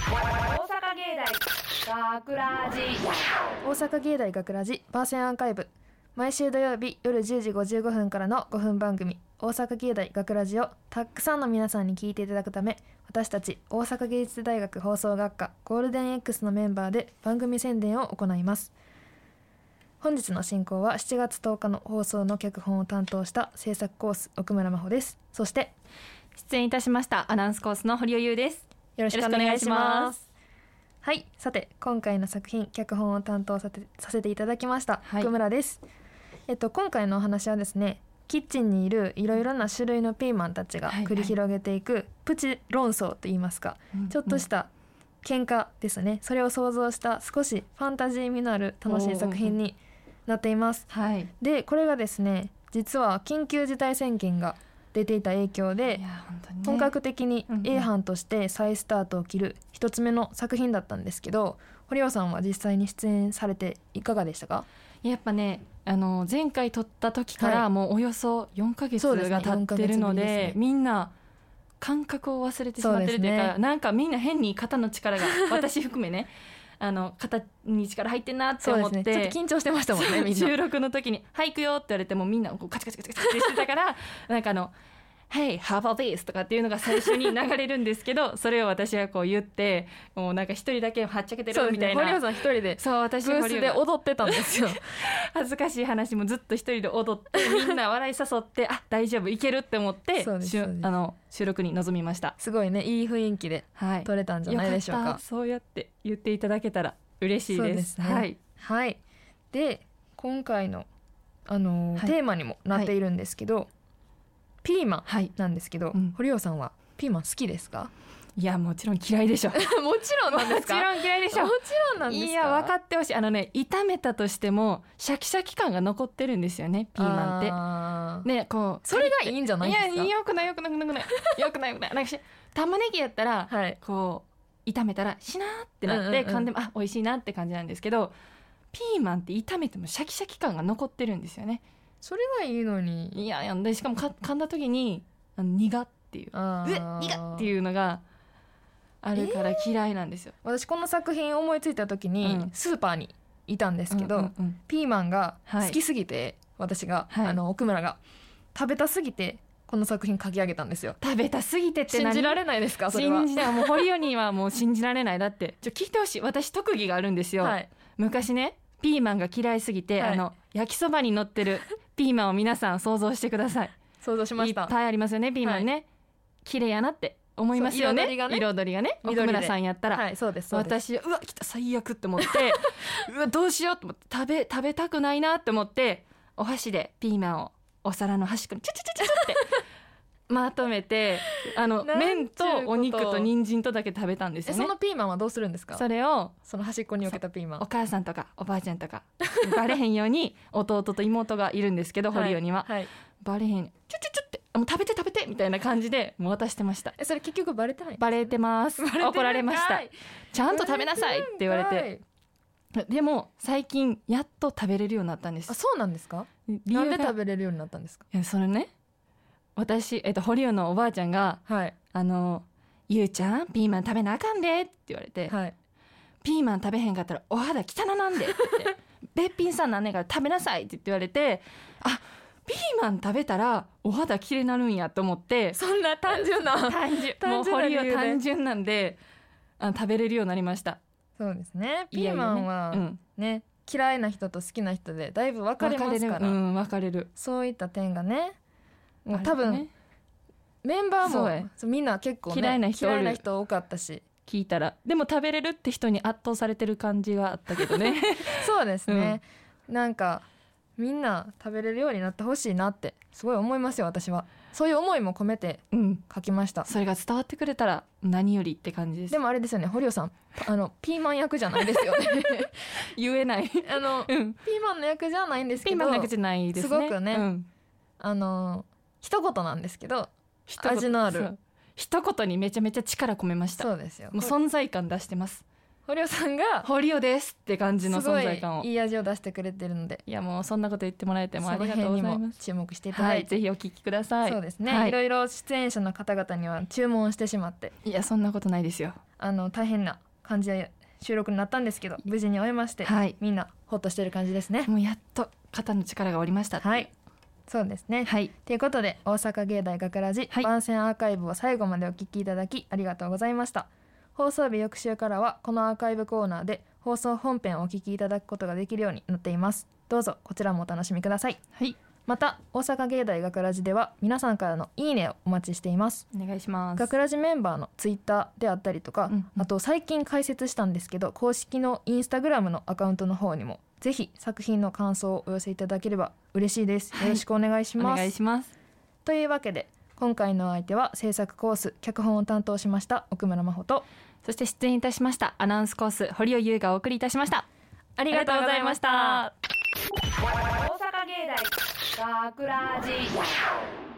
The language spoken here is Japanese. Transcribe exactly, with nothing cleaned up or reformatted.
芸大学ラジ大阪芸大学ラジ番宣アーカイブ、毎週土曜日夜じゅうじごじゅうごふんからのごふん番組大阪芸大学ラジをたくさんの皆さんに聞いていただくため、私たち大阪芸術大学放送学科ゴールデン X のメンバーで番組宣伝を行います。本日の進行はしちがつとおかの放送の脚本を担当した制作コース奥村真帆です。そして出演いたしましたアナウンスコースの堀尾優です。 よろしくお願いします。はい、さて今回の作品脚本を担当さてさせていただきました、はい、奥村です。えっと今回のお話はですね、キッチンにいるいろいろな種類のピーマンたちが繰り広げていくプチ論争といいますか、はいはい、ちょっとした喧嘩ですね、うんうん、それを想像した少しファンタジー味のある楽しい作品になっています、はい、でこれがですね、実は緊急事態宣言が出ていた影響で、いや本当にね、本格的に A 班として再スタートを切る一つ目の作品だったんですけど、堀尾さんは実際に出演されていかがでしたか？ やっぱね、あの前回撮った時からもうおよそよんかげつが経ってるの で, で、ね、みんな感覚を忘れてしまってるというか、う、ね、なんかみんな変に肩の力が私含めねあの肩に力入ってんなって思って、ね、 ちょっと緊張してましたもんねみんな。 収録の時にはい行くよって言われてもみんなこうカチカチカチカチってしてたからなんかあのHey, how about this? とかっていうのが最初に流れるんですけどそれを私はこう言ってもうなんか一人だけはっちゃけてるみたいな、 ね、堀尾さん一人でそう私ブースで踊ってたんですよ恥ずかしい話もずっと一人で踊ってみんな笑い誘ってあ大丈夫いけるって思ってそうですそうですあの収録に臨みました。 すごいね、いい雰囲気で撮れたんじゃないでしょうか、 はい、よかった。そうやって言っていただけたら嬉しいです。 そうですね、はい、はい、で今回の、あのーはい、テーマにもなっているんですけど、はい、ピーマンなんですけど、はい、うん、堀尾さんはピーマン好きですか？ いやもちろん嫌いでしょもちろんなんですか？ もちろん嫌いでしょ。 もちろんなんですか？ いや分かってほしい。あのね炒めたとしてもシャキシャキ感が残ってるんですよね、ピーマンってね。こうそれがいいんじゃないですか？ いやよくないよくないよくないよくないよくないなんか玉ねぎやったら、はい、こう炒めたらしなーってなって、うんうんうん、噛んでもあ美味しいなって感じなんですけど、ピーマンって炒めてもシャキシャキ感が残ってるんですよね。 それがいいのに。 いやいやでしかもか噛んだ時にあの苦っていううえ苦っていうのがあるから嫌いなんですよ、 えー、私この作品思いついた時にスーパーにいたんですけど、うんうんうん、ピーマンが好きすぎて、はい、私が、はい、あの奥村が食べたすぎてこの作品書き上げたんですよ。 食べたすぎてって何？ 信じられないですか？それは信じない。もう堀尾にはもう信じられない。だってちょ聞いてほしい。私特技があるんですよ、はい、昔ねピーマンが嫌いすぎて、はい、あの焼きそばに乗ってるピーマンを皆さん想像してください想像しました。 いっぱいありますよねピーマンね、はい、綺麗やなって思いますよね。彩りがね、彩りがね奥村さんやったら、 はい、そうですそうです。 私うわ来た最悪って思ってうわどうしようと思って食べ食べたくないなって思ってお箸でピーマンをお皿の端っこにチュチュチュチュってまとめてあの麺とお肉と人参とだけ食べたんですよね。 そのピーマンはどうするんですか？ それをその端っこに置けたピーマンお母さんとかおばあちゃんとかバレへんように弟と妹がいるんですけど堀尾には、はいはい、バレへんようにチュチュチュってもう食べて食べてみたいな感じでもう渡してました。 えそれ結局バレてない？ バレてます怒られました。ちゃんと食べなさいって言われて。でも最近やっと食べれるようになったんです。 あそうなんですか？なんで食べれるようになったんですか？ いやそれね私、えっと、堀尾のおばあちゃんが、はい、あのゆうちゃんピーマン食べなあかんでって言われて、はい、ピーマン食べへんかったらお肌汚なんでってべっぴんさんなんねんから食べなさいって言われて、あピーマン食べたらお肌きれいになるんやと思って。 そんな単純な単純もう堀尾単純なんであの食べれるようになりました。 そうですね。ピーマンは、ねうんね、嫌いな人と好きな人でだいぶ分かれますから。 分かれる、うん、分かれる。 そういった点がねもう多分、ね、メンバーもそうみんな結構、ね、 嫌いな人嫌いな人多かったし聞いたらでも食べれるって人に圧倒されてる感じがあったけどねそうですね、うん、なんかみんな食べれるようになってほしいなってすごい思いますよ。私はそういう思いも込めて書きました、うん、 それが伝わってくれたら何よりって感じです。 でもあれですよね堀尾さんあのピーマン役じゃないですよね言えないあの、うん、ピーマンの役じゃないんですけどピーマンの役じゃないですね。 すごくね、うん、あの一言なんですけど味のある一言にめちゃめちゃ力込めました。 そうですよ。 もう存在感出してます。 堀尾さんが堀尾ですって感じの存在感をすごいいい味を出してくれてるので、 いやもうそんなこと言ってもらえてもありがとうございます。 注目していただいて、 はい、ぜひお聞きください。 そうですね、 はい、 いろいろ出演者の方々には注文してしまって、 いやそんなことないですよ。 あの大変な感じで収録になったんですけど、無事に終えまして、はい、みんなほっとしてる感じですね。 もうやっと肩の力が下りました。 はい、そうですね。はい、ということで大阪芸大学ラジ、はい、番宣アーカイブを最後までお聞きいただきありがとうございました。放送日翌週からはこのアーカイブコーナーで放送本編をお聞きいただくことができるようになっています。どうぞこちらもお楽しみください。はい、また大阪芸大学ラジでは皆さんからのいいねをお待ちしています。 お願いします。 学ラジメンバーのツイッターであったりとか、うんうん、あと最近開設したんですけど公式のインスタグラムのアカウントの方にもぜひ作品の感想をお寄せいただければ嬉しいです。よろしくお願いします。はい、お願いします。というわけで今回の相手は制作コース脚本を担当しました奥村真帆と、 そして出演いたしましたアナウンスコース堀尾優がお送りいたしました。 ありがとうございました。 大阪芸大学ラジ